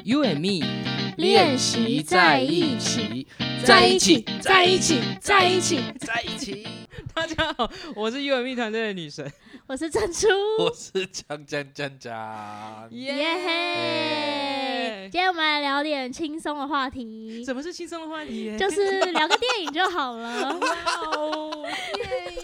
You and me 练习在一起，在一起，在一起，在一起， 在一起。大家好，我是 You and me 团队的女神， 我是珍珠， 我是江， 耶！今天我们来聊点轻松的话题， 什么是轻松的话题？ 就是聊个电影就好了。 哇哦，耶！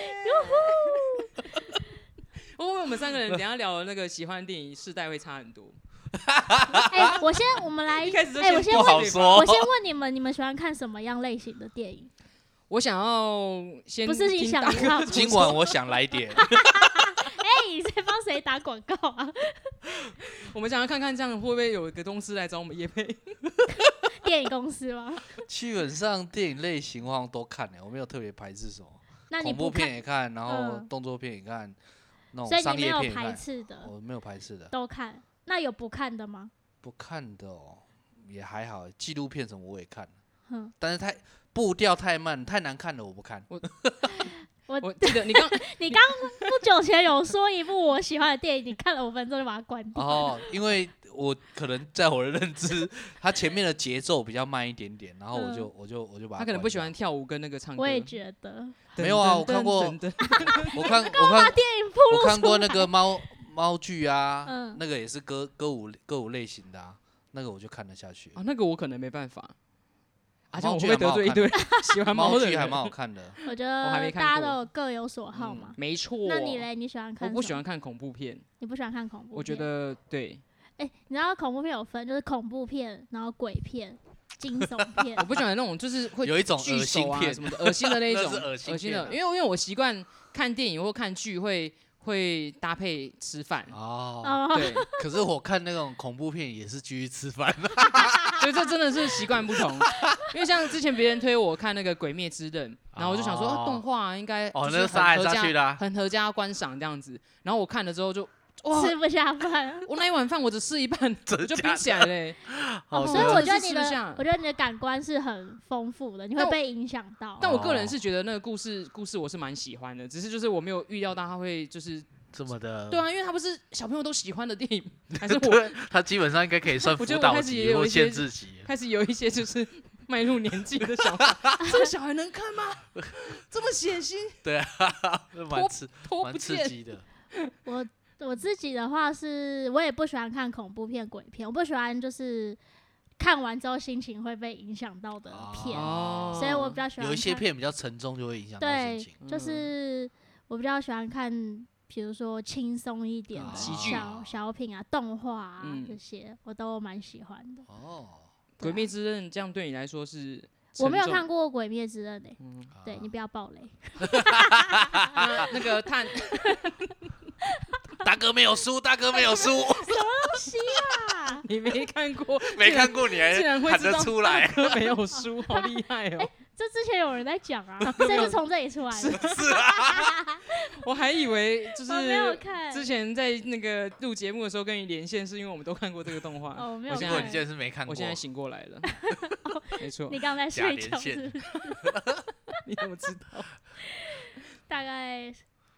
会不会我们三个人等一下聊的那个喜欢的电影世代会差很多？ 我们来， 一开始就我先不好问， 说。 我先问你们，你们喜欢看什么样类型的电影？ 我想要先不是你想要， 今晚我想来点。 你在帮谁打广告啊？ 我们想要看看这样会不会有一个公司来找我们业配？ 电影公司吗？ 基本上电影类型我好像都看我没有特别排斥什么。 那你恐怖不看片也看，然后动作片也看，那所以你种商业没有排片也看。 斥的， 我没有排斥的。 都看。那有不看的吗？ 不看的也还好，纪录片什么我也看， 但是步调太慢、太难看的我不看。 我记得你刚不久前有说一部我喜欢的电影，你看了5分钟就把它关掉。 因为我可能在我的认知，它前面的节奏比较慢一点点，然后我就把它关掉。 他可能不喜欢跳舞跟那个唱歌。 我也觉得。 没有啊，我看过，我看过那个猫剧啊，那个也是歌舞类型的啊，那个我就看得下去。 那个我可能没办法。这样我猫剧会不会得罪一堆喜欢猫的人？ 猫剧还蛮好看的。 我觉得大家都各有所好嘛。 没错。 那你嘞？你喜欢看？ 我不喜欢看恐怖片。 你不喜欢看恐怖片？ 我觉得对。 你知道恐怖片有分，就是恐怖片，然后鬼片、惊悚片。 我不喜欢那种就是会有一种恶心片什么的，恶心的那一种， 恶心的。因为我习惯看电影或看剧会搭配吃饭。对。 可是我看那种恐怖片也是继续吃饭。 所以这真的是习惯不同。因为像之前别人推我看那个《鬼灭之刃》，然后我就想说，动画应该就是很合家观赏这样子。然后我看了之后就吃不下饭。 我那一碗饭我只吃一半，我就冰起来嘞。 所以我觉得你的感官是很丰富的，你会被影响到。 但我个人是觉得那个故事我是蛮喜欢的，只是就是我没有预料到他会就是这么的。 对啊，因为他不是小朋友都喜欢的电影，还是我他基本上应该可以算辅导级或限制级。 开始有一些就是迈入年纪的小孩，这个小孩能看吗？这么血腥？ 对啊，蛮刺激的。 我自己的话是，我也不喜欢看恐怖片、鬼片，我不喜欢就是看完之后心情会被影响到的片，所以我比较喜欢有一些片比较沉重，就会影响到心情。 对，就是我比较喜欢看，比如说轻松一点的小品啊、动画啊这些，我都蛮喜欢的。 鬼灭之刃这样对你来说是？ 我没有看过《鬼灭之刃》对你不要爆雷。 那个探。 大哥没有输，大哥没有输。 什么东西啊？ 你没看过？ 没看过你还喊得出来？ 大哥没有输，好厉害哦！ 这之前有人在讲啊，这是从这里出来的。 是啊， 我还以为就是我没有看。 之前在那个录节目的时候跟你连线，是因为我们都看过这个动画。 我没有看。 结果你现在是没看过。 我现在醒过来了。没错。 你刚才睡觉是不是？ 你怎么知道？ 大概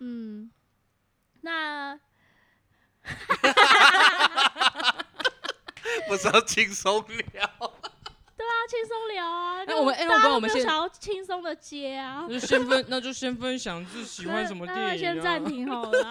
那。 不是要轻松聊？ 对啊，轻松聊啊。 那我们先想要轻松的接啊。 那就先分享自己喜欢什么电影。那先暂停好了。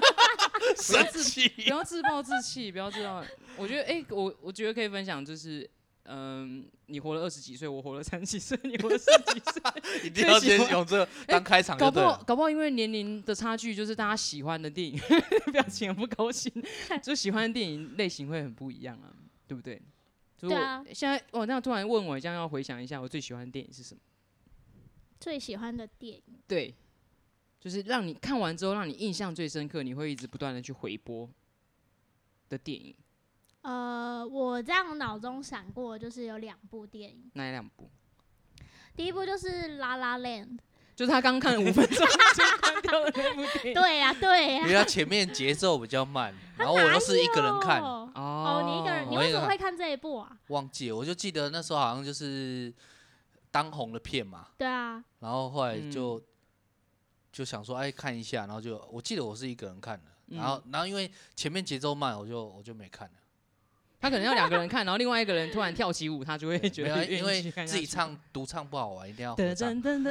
不要自暴自弃，不要这样。我觉得我觉得可以分享，就是你活了20几岁，我活了30几岁，你活了10几岁， 一定要先用这当开场就对了。 搞不好因为年龄的差距，就是大家喜欢的电影表情很不高兴，就喜欢的电影类型会很不一样啊，对不对？ 对啊。 现在那样突然问我，这样要回想一下，我最喜欢的电影是什么？ 最喜欢的电影？ 对，就是让你看完之后，让你印象最深刻，你会一直不断的去回播的电影。 我这样脑中闪过就是有2部电影。 哪2部？ 第一部就是《La La Land》， 就是他刚看了5分钟就关掉的那部电影。 对呀。 因为他前面节奏比较慢，然后我又是一个人看。 你一个人，你为什么会看这一部啊？ 忘记了，我就记得那时候好像就是当红的片嘛。 对啊。 然后后来就想说，看一下，然后我记得我是一个人看的，然后因为前面节奏慢，我就没看了。 他可能要2个人看，然后另外一个人突然跳起舞，他就会觉得因为自己独唱不好玩，一定要合唱。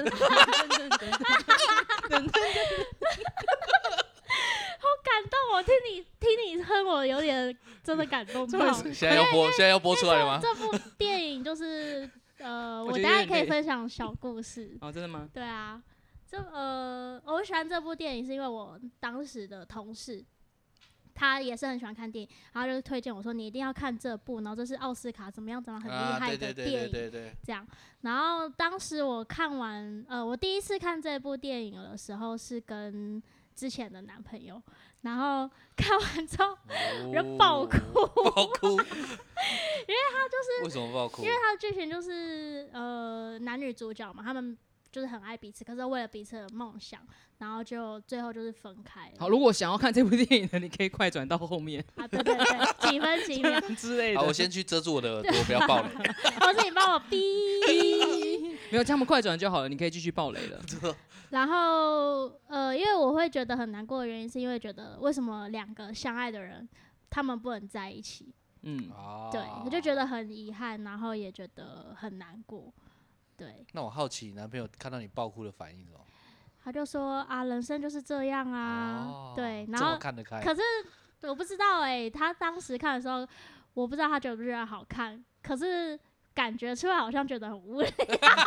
好感动，我听你哼，我有点真的感动到。 现在要播出来了吗？ 这部电影就是我等下也可以分享小故事。 哦，真的吗？ 对啊，我喜欢这部电影是因为我当时的同事。他也是很喜欢看电影，然后就推荐我说你一定要看这部，然后这是奥斯卡怎么样很厉害的电影，这样。然后当时我看完，我第一次看这部电影的时候是跟之前的男朋友，然后看完之后人爆哭，因为他就是为什么爆哭？ 因为他的剧情就是男女主角嘛，他们就是很爱彼此，可是为了彼此的梦想。然后就最后就是分开了。 好，如果想要看这部电影的，你可以快转到后面啊，对，几分几秒之类的。 好，我先去遮住我的耳朵，不要爆雷。 或是你帮我逼， 没有，他们快转就好了，你可以继续爆雷了。 然后因为我会觉得很难过的原因，是因为觉得为什么2个相爱的人，他们不能在一起？对，我就觉得很遗憾，然后也觉得很难过。对。 那我好奇，男朋友看到你爆哭的反应是什么？ 他就说啊，人生就是这样啊，对，然后看得开。 可是我不知道他当时看的时候，我不知道他觉不觉得好看，可是感觉出来好像觉得很无聊。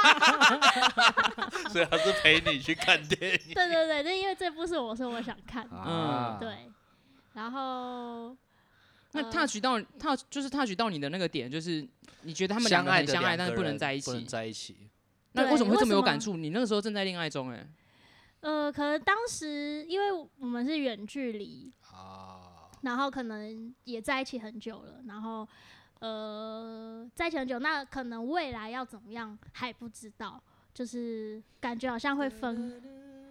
所以他是陪你去看电影。 对，就因为这部是我说我想看，对，然后那touch 到你的那个点，就是你觉得他们2个很相爱，但是不能在一起。那为什么会这么有感触？你那个时候正在恋爱中可能当时因为我们是远距离然后可能也在一起很久了，然后在一起很久，那可能未来要怎么样还不知道，就是感觉好像会分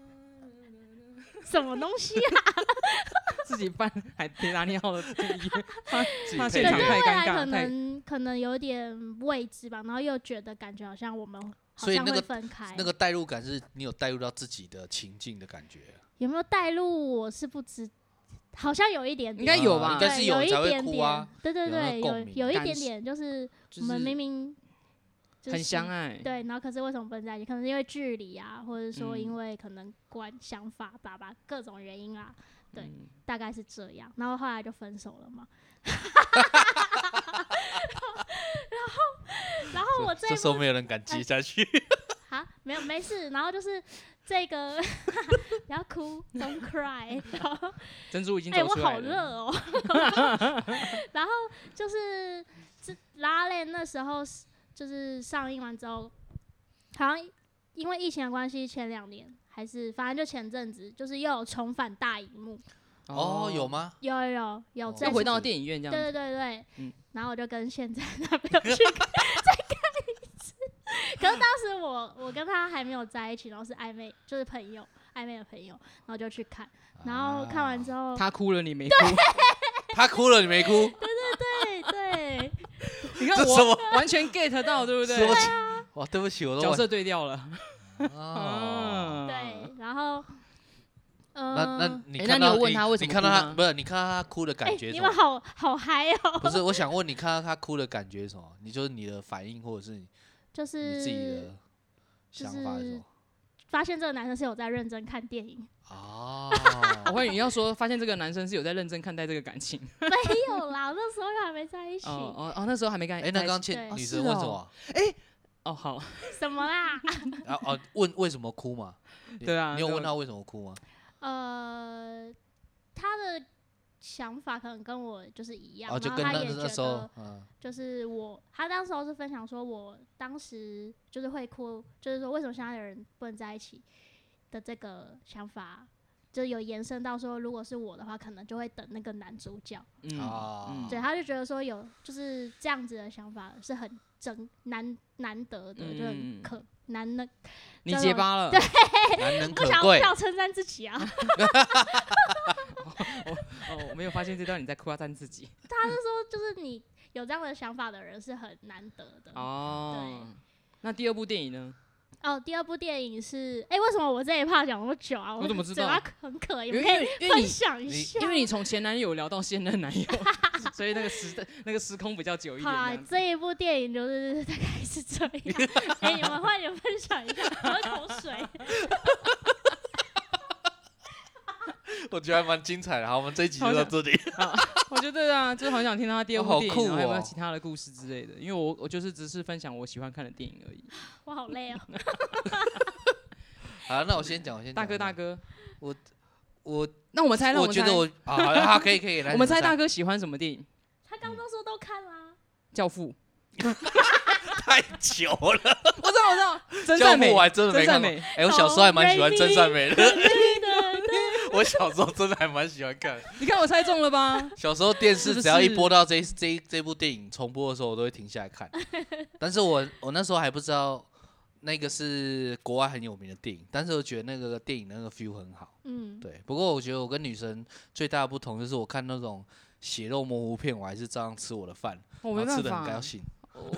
什么东西啊？ 自己翻还铁达尼号的配乐， 怕现场太尴尬，可能有点未知吧，然后又觉得感觉好像我们好像会分开。 那个代入感是你有代入到自己的情境的感觉？ 有没有代入？我是不知，好像有一点点， 应该有吧？ 应该是有才会哭啊。 对，有一点点，就是我们明明很相爱， 对，然后可是为什么不能在一起？可能是因为距离啊，或者说因为可能想法吧，各种原因啦。对，大概是这样，然后后来就分手了嘛。然后我这时候没有人敢接下去。 没事。然后就是这个不要哭 ，Don't cry。 珍珠已经走出来了。 我好热哦。然后就是拉链那时候就是上映完之后，好像因为疫情的关系，前2年。还是反正就前阵子，就是又有重返大荧幕。 有吗？ 有， 再回到电影院这样子。 对。然后我就跟现在男朋友去再看一次。可是当时我跟他还没有在一起，然后是暧昧，就是暧昧的朋友，然后就去看。然后看完之后， 他哭了，你没哭。 他哭了，你没哭。 对。 你看我完全 get 到，对不对？ 对啊。 哇，对不起，我角色对调了。 对，然后那你看到问他为什么？ 你看到他不是？你看到他哭的感觉？ 你们好嗨哦！ 不是，我想问你看到他哭的感觉是什么？就是你的反应，或者是你自己的想法是什么？ 发现这个男生是有在认真看电影。 我以为你要说发现这个男生是有在认真看待这个感情。 没有啦，那时候还没在一起。 那时候还没在一起。 那刚前女生问什么？ 好。 什么啦？ 问为什么哭嘛？ 对啊。 你有问他为什么哭吗？ 他的想法可能跟我就是一样， 就然后他也觉得，就是他当时候是分享说，我当时就是会哭，就是说为什么现在的人不能在一起的这个想法，就有延伸到说，如果是我的话，可能就会等那个男主角。对，他就觉得说就是这样子的想法是很难得的，就很难的。 你结巴了， 对， 难能可贵。不想称赞自己啊。 我没有发现这段你在夸赞自己。 他是说，就是你有这样的想法的人是很难得的。 对。那第2部电影呢？ 哦，第二部电影是，为什么我这一趴讲那么久啊？ 我怎么知道？ 嘴巴很渴，你可以分享一下。 因为你从前男友聊到现任男友，所以那个时空比较久一点。 好，这一部电影就是大概是这样。你们快点分享一下，喝口水。 我觉得还蛮精彩的。好，我们这一集就到这里。 我觉得啊，就是好想听到他第二部电影， 然后还有没有其他的故事之类的？因为我就是只是分享我喜欢看的电影而已。 我好累哦。 好，那我先讲， 大哥， 那我们猜， 我觉得我好，可以， 我们猜大哥喜欢什么电影？ 他刚刚说都看啦。 教父。 太久了。 我知道，真善美， 我还真的没看过。我小时候还蛮喜欢真善美的。我小时候真的还蛮喜欢看。 你看我猜中了吧？ 小时候电视只要一播到这部电影重播的时候，我都会停下来看。但是我那时候还不知道那个是国外很有名的电影，但是我觉得那个电影那个 feel 很好。对。不过我觉得我跟女生最大的不同就是，我看那种血肉模糊片，我还是照样吃我的饭，然后吃得很高兴。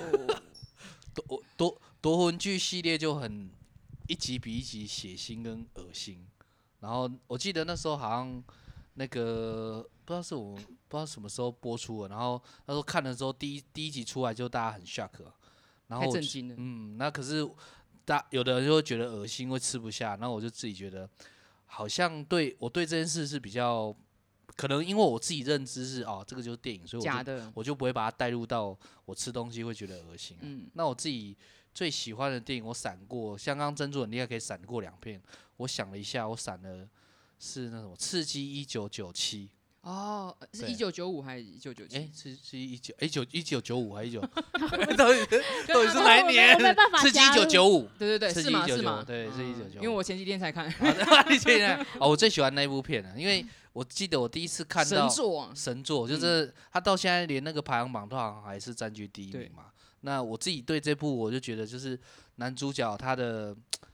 夺魂剧系列就很一集比一集血腥跟恶心。然后我记得那时候好像那个不知道什么时候播出了，然后那时候看的时候第一集出来就大家很 shock， 然后太震惊了。 那可是有的人就会觉得恶心，会吃不下，然后我就自己觉得好像我对这件事是比较可能因为我自己认知是这个就是电影，所以我就不会把它带入到我吃东西会觉得恶心。那我自己最喜欢的电影我闪过，像刚刚珍珠很厉害可以闪过2片。我想了一下，我闪的是那什么《刺激1997》。 是1995还是1997？ 是1995还是19？到底是哪一年？刺激1995。 对，是吗？ 对，是1995。 因为我前几天才看。 我最喜欢那一部片了，因为我记得我第一次看到神作，就是他到现在连那个排行榜都好像还是占据第1名嘛。那我自己对这部我就觉得，就是男主角他的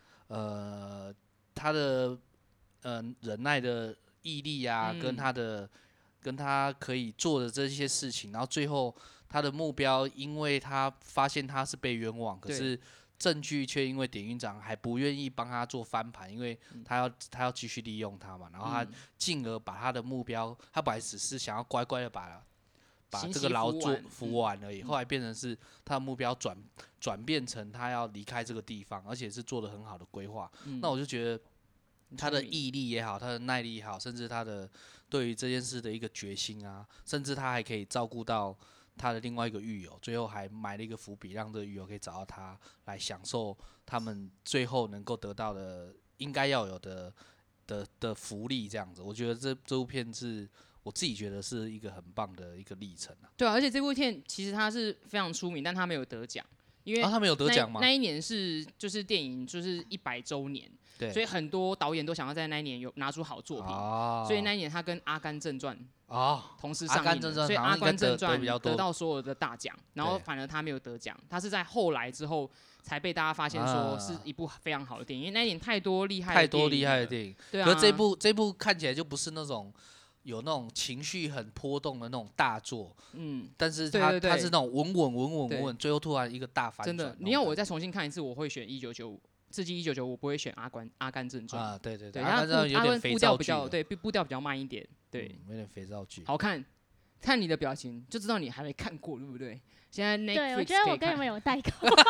忍耐的毅力啊，跟他可以做的这些事情，然后最后他的目标，因为他发现他是被冤枉，可是证据却因为典狱长还不愿意帮他做翻盘，因为他要继续利用他嘛，然后他进而把他的目标，他本来只是想要乖乖的把这个牢服完而已，后来变成是他的目标转变成他要离开这个地方，而且是做得很好的规划。那我就觉得他的毅力也好，他的耐力也好，甚至他的对于这件事的一个决心啊，甚至他还可以照顾到他的另外一个狱友，最后还埋了一个伏笔，让这个狱友可以找到他，来享受他们最后能够得到的应该要有的福利，这样子。我觉得这部片是我自己觉得是一个很棒的一个历程啊。 对啊，而且这部片其实它是非常出名，但它没有得奖，因为他没有得奖吗？ 那一年就是电影就是100周年。 对， 所以很多导演都想要在那一年有拿出好作品，所以那一年他跟《阿甘正传》同时上映，所以《阿甘正传》得到所有的大奖，然后反而他没有得奖，他是在后来之后才被大家发现说是一部非常好的电影，因为那一年太多厉害的电影， 对啊。 可是这部看起来就不是那种有那种情绪很波动的那种大作，但是它是那种稳，最后突然一个大反转。 真的，你要我再重新看一次，我会选1995。刺激1995，我不会选阿甘正传啊，对， 阿甘有点肥皂剧， 步调比较慢一点，对， 有点肥皂剧， 好看，看你的表情就知道你还没看过，对不对？现在 Netflix 对，我觉得我跟你们有代沟。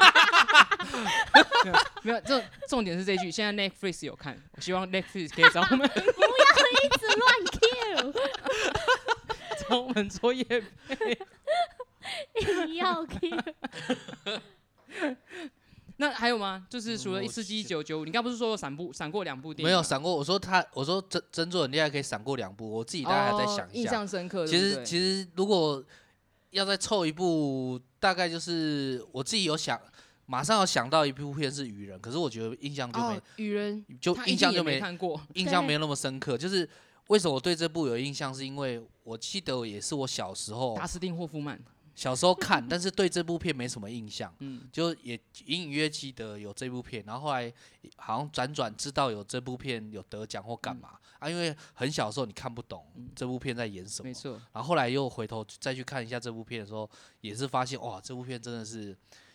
没有，重点是这一句，现在 Netflix 有看，我希望 Netflix 可以找我们，不要一直乱 Q， 找我们做业配， 硬要 Q。 那还有吗？就是除了刺激1995，你刚不是说闪过2部电影？ 没有闪过，我说真做很厉害，可以闪过2部，我自己大概还在想一下。 印象深刻。 其实如果要再凑一部，大概就是我自己有想，马上有想到一部片是《愚人》，可是我觉得印象就没愚人， 就印象就没看过， 印象没有那么深刻。就是为什么我对这部有印象，是因为我记得也是我小时候达斯汀霍夫曼。 小时候看，但是对这部片没什么印象，就也隐隐约记得有这部片，然后后来好像辗转知道有这部片有得奖或干嘛因为很小的时候你看不懂这部片在演什么， 没错。 然后后来又回头再去看一下这部片的时候，也是发现哇，这部片真的是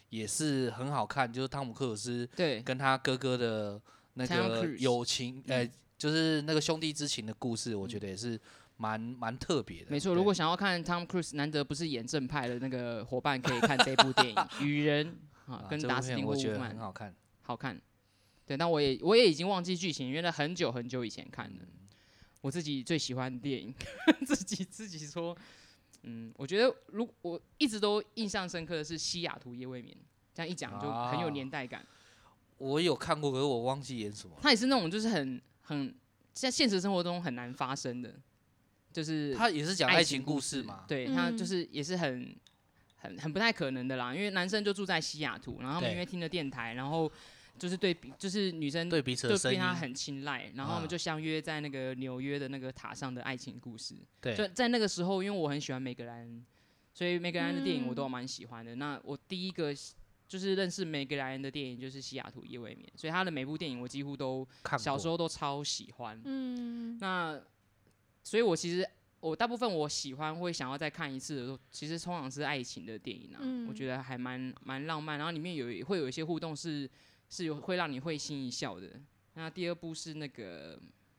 也是很好看，就是汤姆克鲁斯跟他哥哥的那个友情，就是那个兄弟之情的故事，我觉得也是蛮特别的。 没错，如果想要看 Tom Cruise 难得不是演正派的那个伙伴，可以看这部电影《雨人》啊，跟达斯汀·霍夫曼， 很好看， 好看。对，但我也已经忘记剧情，因为那很久很久以前看的。我自己最喜欢的电影，自己说，我觉得我一直都印象深刻的是《西雅图夜未眠》，这样一讲就很有年代感。 我有看过，可是我忘记演什么。 它也是那种就是很在现实生活中很难发生的，就是它也是讲爱情故事嘛。 对，它就是也是很不太可能的啦，因为男生就住在西雅图，然后他们因为听了电台，然后就是女生对彼此的声音对他很青睐，然后他们就相约在那个纽约的那个塔上的爱情故事。 对， 就在那个时候，因为我很喜欢梅格兰，所以梅格兰的电影我都蛮喜欢的。那我第一个就是认识梅格莱恩的电影就是《西雅图夜未眠》，所以他的每部电影我几乎都小时候都超喜欢。那所以我大部分我喜欢会想要再看一次的时候，其实通常是爱情的电影啊，我觉得还蛮浪漫，然后里面会有一些互动是会让你会心一笑的。那第二部是那个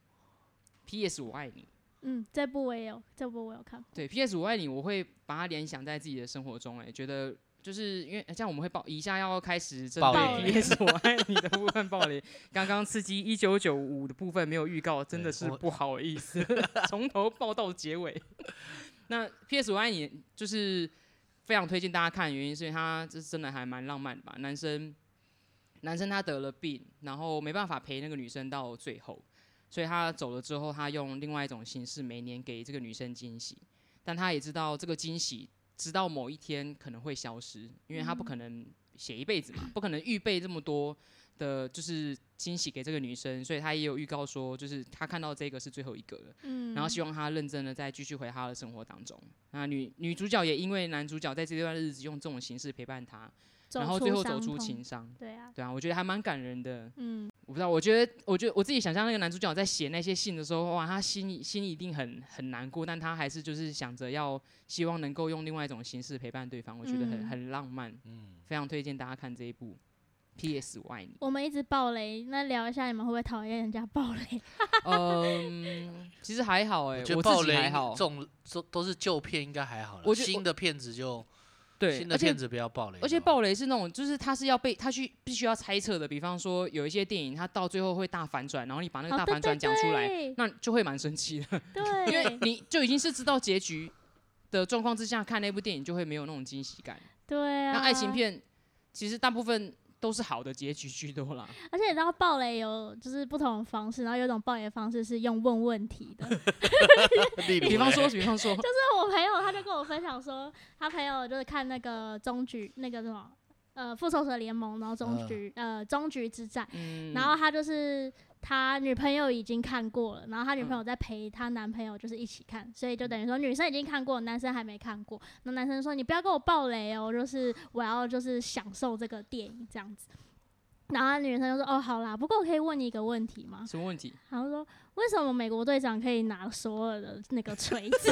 P.S. 我爱你。 这部我有看过。 对 P.S. 我爱你，我会把它联想在自己的生活中，觉得。就是因为这样，我们会以下要开始针对 P.S. 我爱你的部分爆雷。刚刚刺激1995的部分没有预告，真的是不好意思，从头爆到结尾。那 P.S. 我爱你就是非常推荐大家看的原因，是因为它这真的还蛮浪漫的吧？男生他得了病，然后没办法陪那个女生到最后，所以他走了之后，他用另外一种形式每年给这个女生惊喜，但他也知道这个惊喜。直到某一天可能会消失，因为他不可能写一辈子嘛，不可能预备这么多的，就是惊喜给这个女生，所以他也有预告说，就是他看到这个是最后一个了，然后希望他认真的再继续回他的生活当中。那女主角也因为男主角在这段日子用这种形式陪伴他，然后最后走出情伤。对啊，我觉得还蛮感人的。我不知道，我觉得我自己想象那个男主角在写那些信的时候，哇，他心里一定很难过，但他还是就是想着希望能够用另外一种形式陪伴对方，我觉得很浪漫，非常推荐大家看这一部。P.S. 我爱你。 我们一直爆雷，那聊一下你们会不会讨厌人家爆雷？ 其实还好我觉得爆雷还好，这种都是旧片，应该还好了。新的片子就。对，新的片子不要爆雷， 而且爆雷是那种，就是它是必须要猜测的。比方说，有一些电影它到最后会大反转，然后你把那个大反转讲出来，那就会蛮生气的。 对， 因为你就已经是知道结局的状况之下，看那部电影就会没有那种惊喜感。 对啊。 那爱情片其实大部分都是好的结局居多啦。 而且你知道爆雷有就是不同的方式，然后有一种爆雷的方式是用问问题的。 比方说，就是我朋友他就跟我分享说，他朋友就是看那个终局那个什么复仇者联盟，然后终局之战，然后他就是他女朋友已经看过了，然后他女朋友在陪他男朋友就是一起看，所以就等于说女生已经看过，男生还没看过。那男生说你不要跟我爆雷哦，就是我要就是享受这个电影这样子。然后女生就说：“哦，好啦，不过我可以问你一个问题吗？” 什么问题？ 然后说：“为什么美国队长可以拿所有的那个锤子？”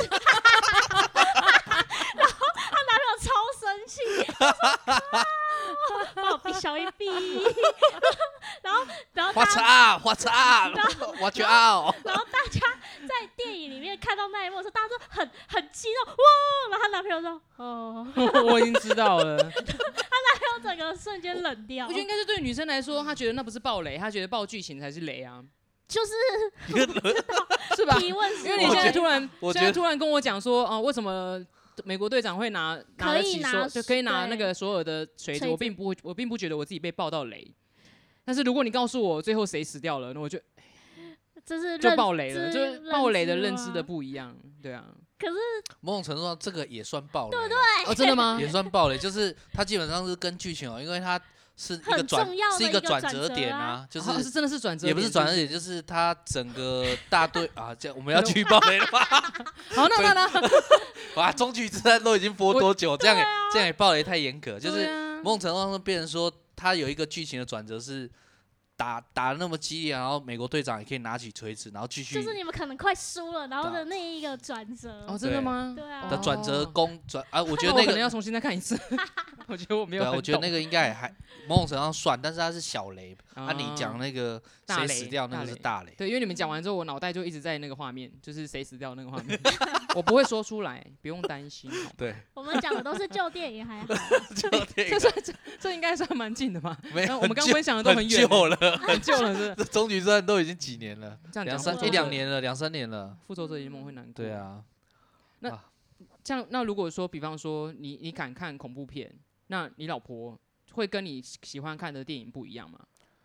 然后她男朋友超生气，把我逼小一逼。然后 What's up？What's up？Watch out！ 然后大家在电影里面看到那一幕的时候，大家都很激动，哇！然后她男朋友说：“哦， 我已经知道了。” 整个瞬间冷掉。 我觉得应该是对女生来说，她觉得那不是爆雷，她觉得爆剧情才是雷啊。 就是是吧？ 提问是因为你现在突然跟我讲说，为什么美国队长会拿得起就可以拿那个所有的锤子？我并不觉得我自己被爆到雷。但是如果你告诉我最后谁死掉了，那我就就爆雷了，就是爆雷的认知的不一样，对啊。 可是某种程度上，这个也算爆雷， 对不对？ 哦，真的吗？ 也算爆雷，就是它基本上是跟剧情因为它是一个转折点啊，就是真的是转折点， 也不是转折点，就是它整个大队啊，这样我们要去爆雷了吗？ 好，那哇，终局之战都已经播多久？这样也爆雷太严格，就是某种程度上变成说，它有一个剧情的转折是。打得那么激烈，然后美国队长也可以拿起锤子，然后继续。 就是你们可能快输了，然后的那一个转折。 哦，真的吗？ 对啊。 的转折我觉得那个可能要重新再看一次。 我觉得我没有。 我觉得那个应该还某种程度上算，但是它是小雷。你讲那个谁死掉，那个是大雷。 对，因为你们讲完之后，我脑袋就一直在那个画面，就是谁死掉那个画面。我不会说出来，不用担心。 对， 我们讲的都是旧电影，还好。 这应该算蛮近的吧？ 没有， 我们刚分享的都很远，很旧了，是。 这终局之战都已经几年了？ 2-3 年了，2-3年了。 复仇者联盟会难过。 对啊。 那如果说，比方说你敢看恐怖片，那你老婆会跟你喜欢看的电影不一样吗？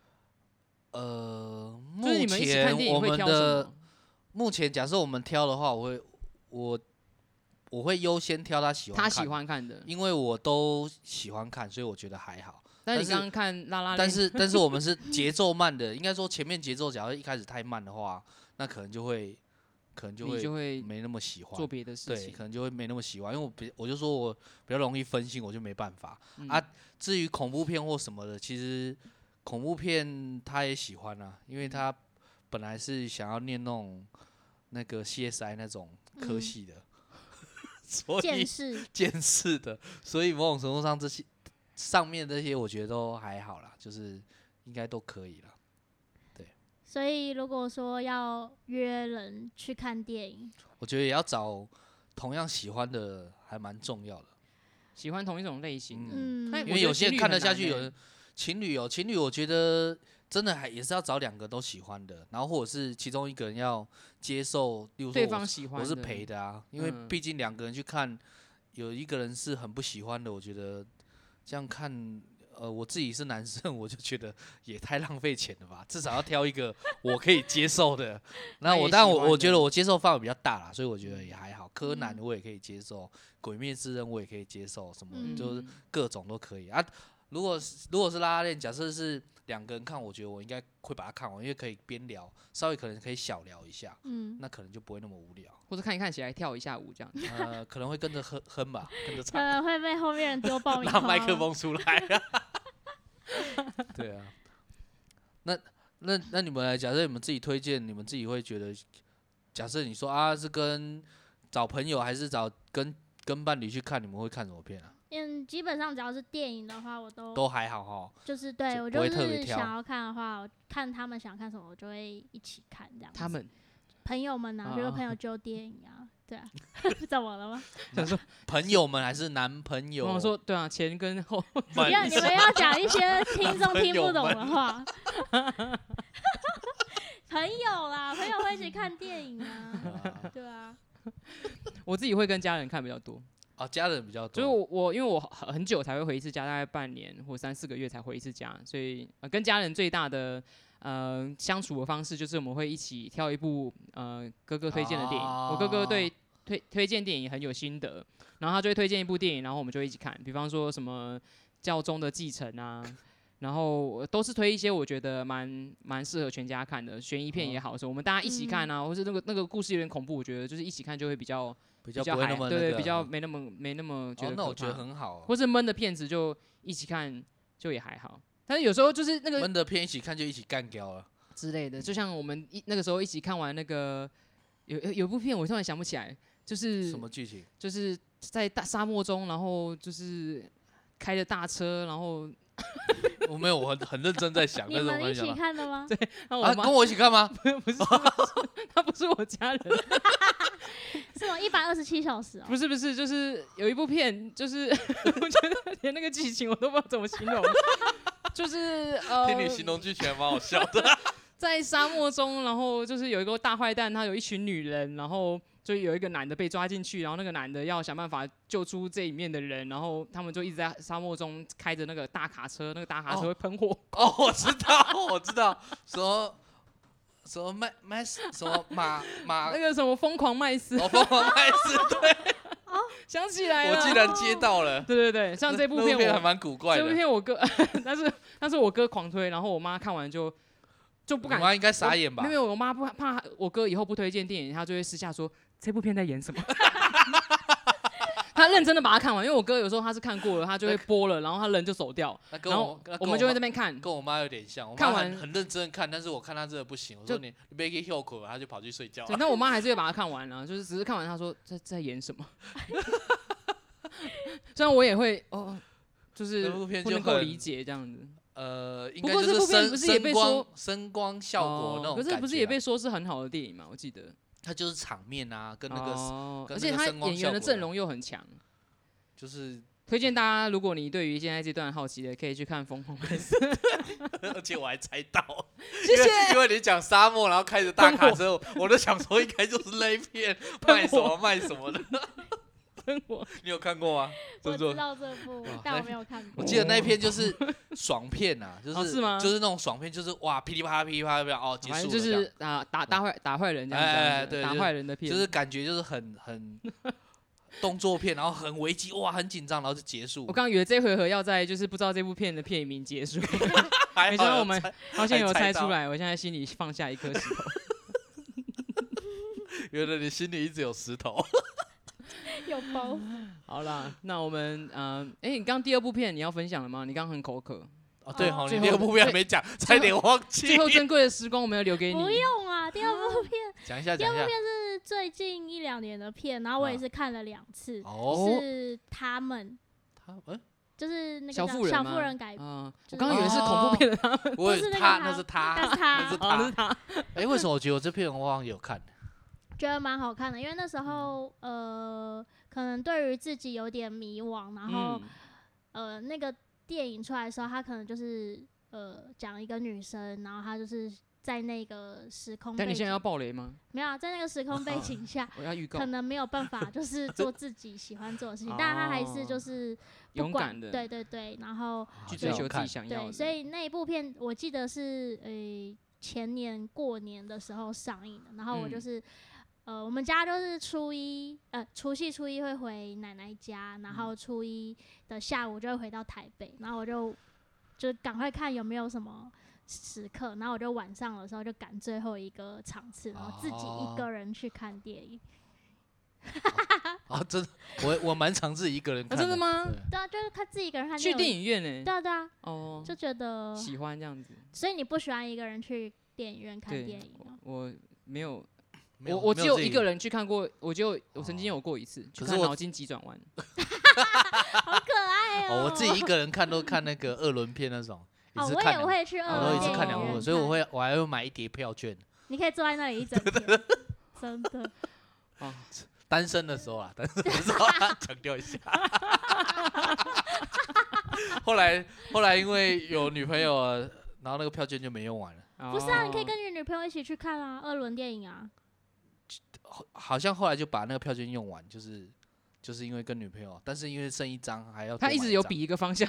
就是你们一起看电影会挑什么？ 目前假设我们挑的话，我会优先挑他喜欢看的，因为我都喜欢看，所以我觉得还好。 但你刚刚看拉拉， 但是我们是节奏慢的，应该说前面节奏假如一开始太慢的话，那可能就会没那么喜欢做别的事情， 对，可能就会没那么喜欢，因为我就说我比较容易分心，我就没办法至于恐怖片或什么的，其实恐怖片他也喜欢啊，因为他本来是想要念那个 CSI 那种科系的，所以见识的，所以某种程度上这些上面这些我觉得都还好啦，就是应该都可以啦。 所以如果说要约人去看电影， 我觉得也要找同样喜欢的，还蛮重要的。 喜欢同一种类型的，因为有些人看得下去，有人情侣，我觉得真的也是要找2个都喜欢的，然后或者是其中一个人要接受，例如说对方喜欢， 我是陪的啊，因为毕竟2个人去看，有一个人是很不喜欢的，我觉得这样看。我自己是男生，我就觉得也太浪费钱了吧，至少要挑一个我可以接受的。那当然我觉得我接受范围比较大啦，所以我觉得也还好。柯南我也可以接受，鬼灭之刃我也可以接受，什么就是各种都可以啊。如果是拉拉链，假设是2个人看，我觉得我应该会把它看完，因为可以边聊，稍微可能可以小聊一下，那可能就不会那么无聊。 或者看一看起来跳一下舞这样子。 可能会跟着哼吧，跟着唱。 可能会被后面人丢爆米花。 拿麦克风出来。对啊。那你们来，假设你们自己推荐，你们自己会觉得，假设你说是找朋友还是跟伴侣去看，你们会看什么片啊？ 基本上只要是电影的话，我都还好哈。 就是对我就是想要看的话，我看他们想看什么，我就会一起看这样子。 他们朋友们啊，比如朋友揪电影啊，对啊，怎么了吗？ 想说朋友们还是男朋友？ 我说对啊，前跟后。 你们要讲一些听众听不懂的话。朋友啦，朋友会一起看电影啊，对啊。 我自己会跟家人看比较多。 家人比较多。 就是因为我很久才会回一次家，大概半年或3-4个月才回一次家，所以跟家人最大的相处的方式就是我们会一起挑一部哥哥推荐的电影。我哥哥对推荐电影很有心得，然后他就会推荐一部电影，然后我们就一起看。比方说什么教宗的继承啊，然后都是推一些我觉得蛮适合全家看的悬疑片也好，所以我们大家一起看啊，或是那个故事有点恐怖，我觉得就是一起看就会比较不会那么对，比较没那么觉得可怕。 那我觉得很好。 或是闷的片子就一起看就也还好，但是有时候就是那个闷的片一起看就一起干掉了之类的，就像我们那个时候一起看完那个有部片我突然想不起来，就是什么剧情， 就是在沙漠中，然后就是开着大车，然后我没有，我很认真在想。 你们一起看的吗？ 对，跟我一起看吗？ 不是，他不是我家人。 是吗？127小时哦。 不是，就是有一部片，就是我觉得连那个剧情我都不知道怎么形容，就是听你形容剧情还蛮好笑的。 在沙漠中，然后就是有一个大坏蛋，他有一群女人，然后就有一个男的被抓进去，然后那个男的要想办法救出这里面的人，然后他们就一直在沙漠中开着那个大卡车，那个大卡车会喷火。 我知道，什么麦什么马那个什么疯狂麦斯。 疯狂麦斯，对。 想起来了， 我竟然接到了。 对，像这部片还蛮古怪的。 这部片我哥，但是我哥狂推，然后我妈看完就不敢。 我妈应该傻眼吧？ 没有，我妈不怕我哥以后不推荐电影，她就会私下说这部片在演什么。他认真的把它看完，因为我哥有时候他是看过了，他就会播了，然后他人就走掉，然后我们就会在那边看。 跟我妈有点像，我妈很认真的看，但是我看他真的不行，我说你别给休口了，他就跑去睡觉了。 那我妈还是会把它看完了，就是只是看完，她说在演什么。虽然我也会就是不能够理解这样子。 应该就是声光效果那种感觉。 可是不是也被说是很好的电影吗？我记得。 它就是场面啊，跟那个， 而且他演员的阵容又很强， 就是推荐大家，如果你对于现在这段好奇的，可以去看《疯狂麦斯》， 而且我还猜到， 谢谢。 因为你讲沙漠，然后开着大卡车，我都想说应该就是那一片卖什么的。你有看过吗？ 我知道这部，但我没有看过。 我记得那一片就是爽片啊，就是吗？ 就是那种爽片，就是哇噼里啪啦噼里啪啦哦结束了， 就是打坏人这样子， 对， 打坏人的片， 就是感觉就是很动作片，然后很危机，哇很紧张，然后就结束。 我刚以为这回合要在就是不知道这部片的片名结束，没想到我们好像有猜出来，我现在心里放下一颗石头。 原来你心里一直有石头。 有包。 好啦，那我们你刚第二部片你要分享了吗？你刚刚很口渴。 对哦，你第二部片还没讲，差点忘记。 最后珍贵的时光我们要留给你。 不用啊，第二部片讲一下。 第二部片是最近1-2年的片，然后我也是看了2次，是他们。就是那个小妇人改。 我刚刚以为是恐怖片的他们。 不是他，那是他。 那是他。 为什么我觉得我这片我好像有看？ 觉得蛮好看的，因为那时候可能对于自己有点迷惘，然后那个电影出来的时候，他可能就是讲一个女生，然后她就是在那个时空背景。 但你现在要爆雷吗？ 没有，在那个时空背景下， 我要预告， 可能没有办法就是做自己喜欢做的事情，但他还是就是勇敢的， 对，然然后去追求自己想要的。 对，所以那一部片我记得是前年过年的时候上映的，然后我就是。我们家就是除夕初一会回奶奶家，然后初一的下午就会回到台北，然后我就赶快看有没有什么时刻，然后我就晚上的时候就赶最后一个场次，然后自己一个人去看电影。 真的，我蛮常自己一个人看的。 真的吗？ 对啊，就是他自己一个人看电影。 去电影院呢？ 对啊。就觉得喜欢这样子。 所以你不喜欢一个人去电影院看电影吗？ 我没有。我只有一个人去看过，我曾经有过一次去看《脑筋急转弯》， 好可爱哦！ 我自己一个人看都看那个2轮片那种， 我也会去2轮片，一次看2部，所以我还会买一叠票券。 你可以坐在那里一整天，真的。 单身的时候啊，强调一下。后来因为有女朋友了，然后那个票券就没用完了。 不是啊，你可以跟你女朋友一起去看啊，2轮电影啊。 好像后来就把那个票券用完，就是因为跟女朋友，但是因为剩1张还要。 他一直有比一个方向。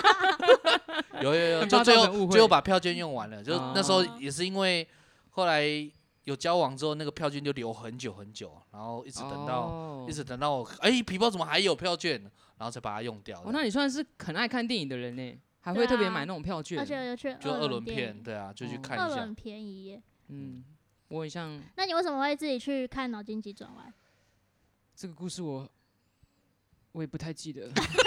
有，就最后把票券用完了，就那时候也是因为后来有交往之后，那个票券就留很久很久，然后一直等到我皮包怎么还有票券，然后才把它用掉。 那你算是很爱看电影的人呢，还会特别买那种票券， 而且就2轮片，对啊，就去看一下。 2轮很便宜耶。 我很像。 那你为什么会自己去看《脑筋急转弯》？ 这个故事我也不太记得。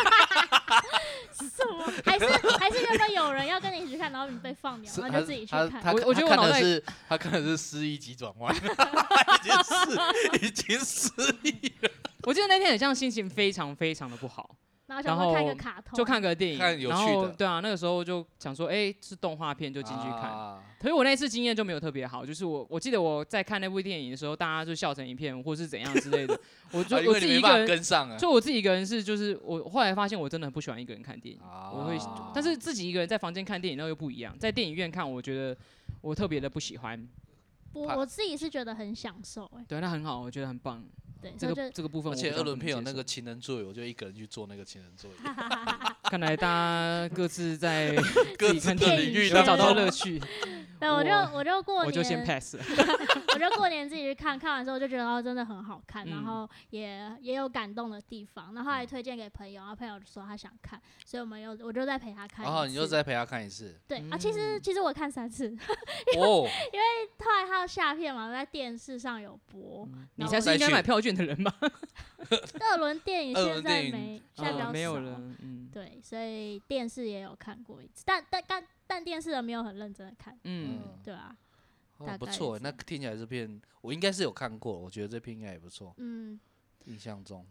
什么？还是原本有人要跟你一起去看，然后你被放掉，然后就自己去看。 我觉得我脑袋他看的是失忆急转弯，已经失忆了。 我记得那天很像心情非常非常的不好。 然后看个卡通， 就看个电影， 然后对啊，那个时候就想说，是动画片就进去看。可是我那次经验就没有特别好，就是我记得我在看那部电影的时候，大家就笑成一片，或是怎样之类的。我自己一个人跟上啊， 就我自己一个人就是我后来发现我真的很不喜欢一个人看电影，我会，但是自己一个人在房间看电影那又不一样，在电影院看，我觉得我特别的不喜欢。 我自己是觉得很享受， 对，那很好，我觉得很棒。 对， 这个部分， 而且2轮片有那个情人座椅，我就一个人去坐那个情人座椅。 看来大家各自在各自的领域找到乐趣。 对，我就过年， 我就先 pass 了。 我就过年自己去看完之后就觉得真的很好看，然后也有感动的地方，然后还推荐给朋友，然后朋友说他想看，所以我就再陪他看一次。 你就再陪他看一次。 对啊，其实我看3次，因为后来他有下片嘛，在电视上有播。 你才是应该买票券的人吧 ？2轮电影现在现在比较少， 没有了。 对，所以电视也有看过一次，但电视的没有很认真的看。对啊。 不错，那听起来这片我应该是有看过，我觉得这片应该也不错。印象中。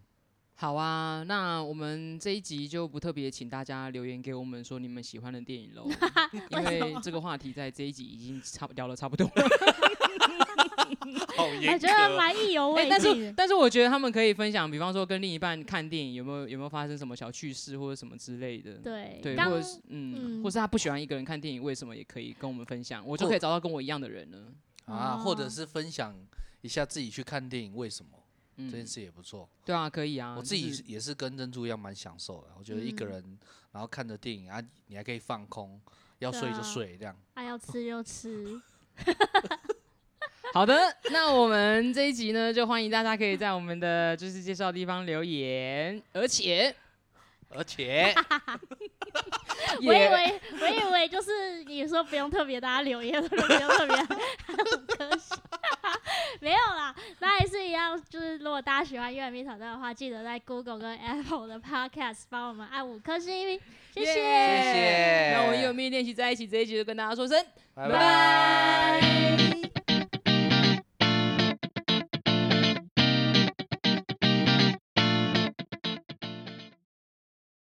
好啊，那我们这一集就不特别请大家留言给我们说你们喜欢的电影喽，因为这个话题在这一集已经聊了差不多了。 好严格， 我觉得蛮意犹未尽的。 但是我觉得他们可以分享，比方说跟另一半看电影有没有发生什么小趣事或者什么之类的。 对， 或者是或是他不喜欢一个人看电影，为什么也可以跟我们分享，我就可以找到跟我一样的人了。 或者是分享一下自己去看电影为什么。这件事也不错， 对啊，可以啊。 我自己也是跟珍珠一样蛮享受的。我觉得一个人，然后看着电影啊，你还可以放空，要睡就睡，这样。 要吃就吃。 好的，那我们这一集呢，就欢迎大家可以在我们的就是介绍的地方留言，而且， 我以为就是你说不用特别大家留言，不用特别5颗星。没有啦，那还是一样，就是如果大家喜欢越来越挑战的话，记得在 Google 跟 Apple 的 Podcast 帮我们按5颗星，谢谢。 那我们有秘密练习在一起这一集就跟大家说声拜拜。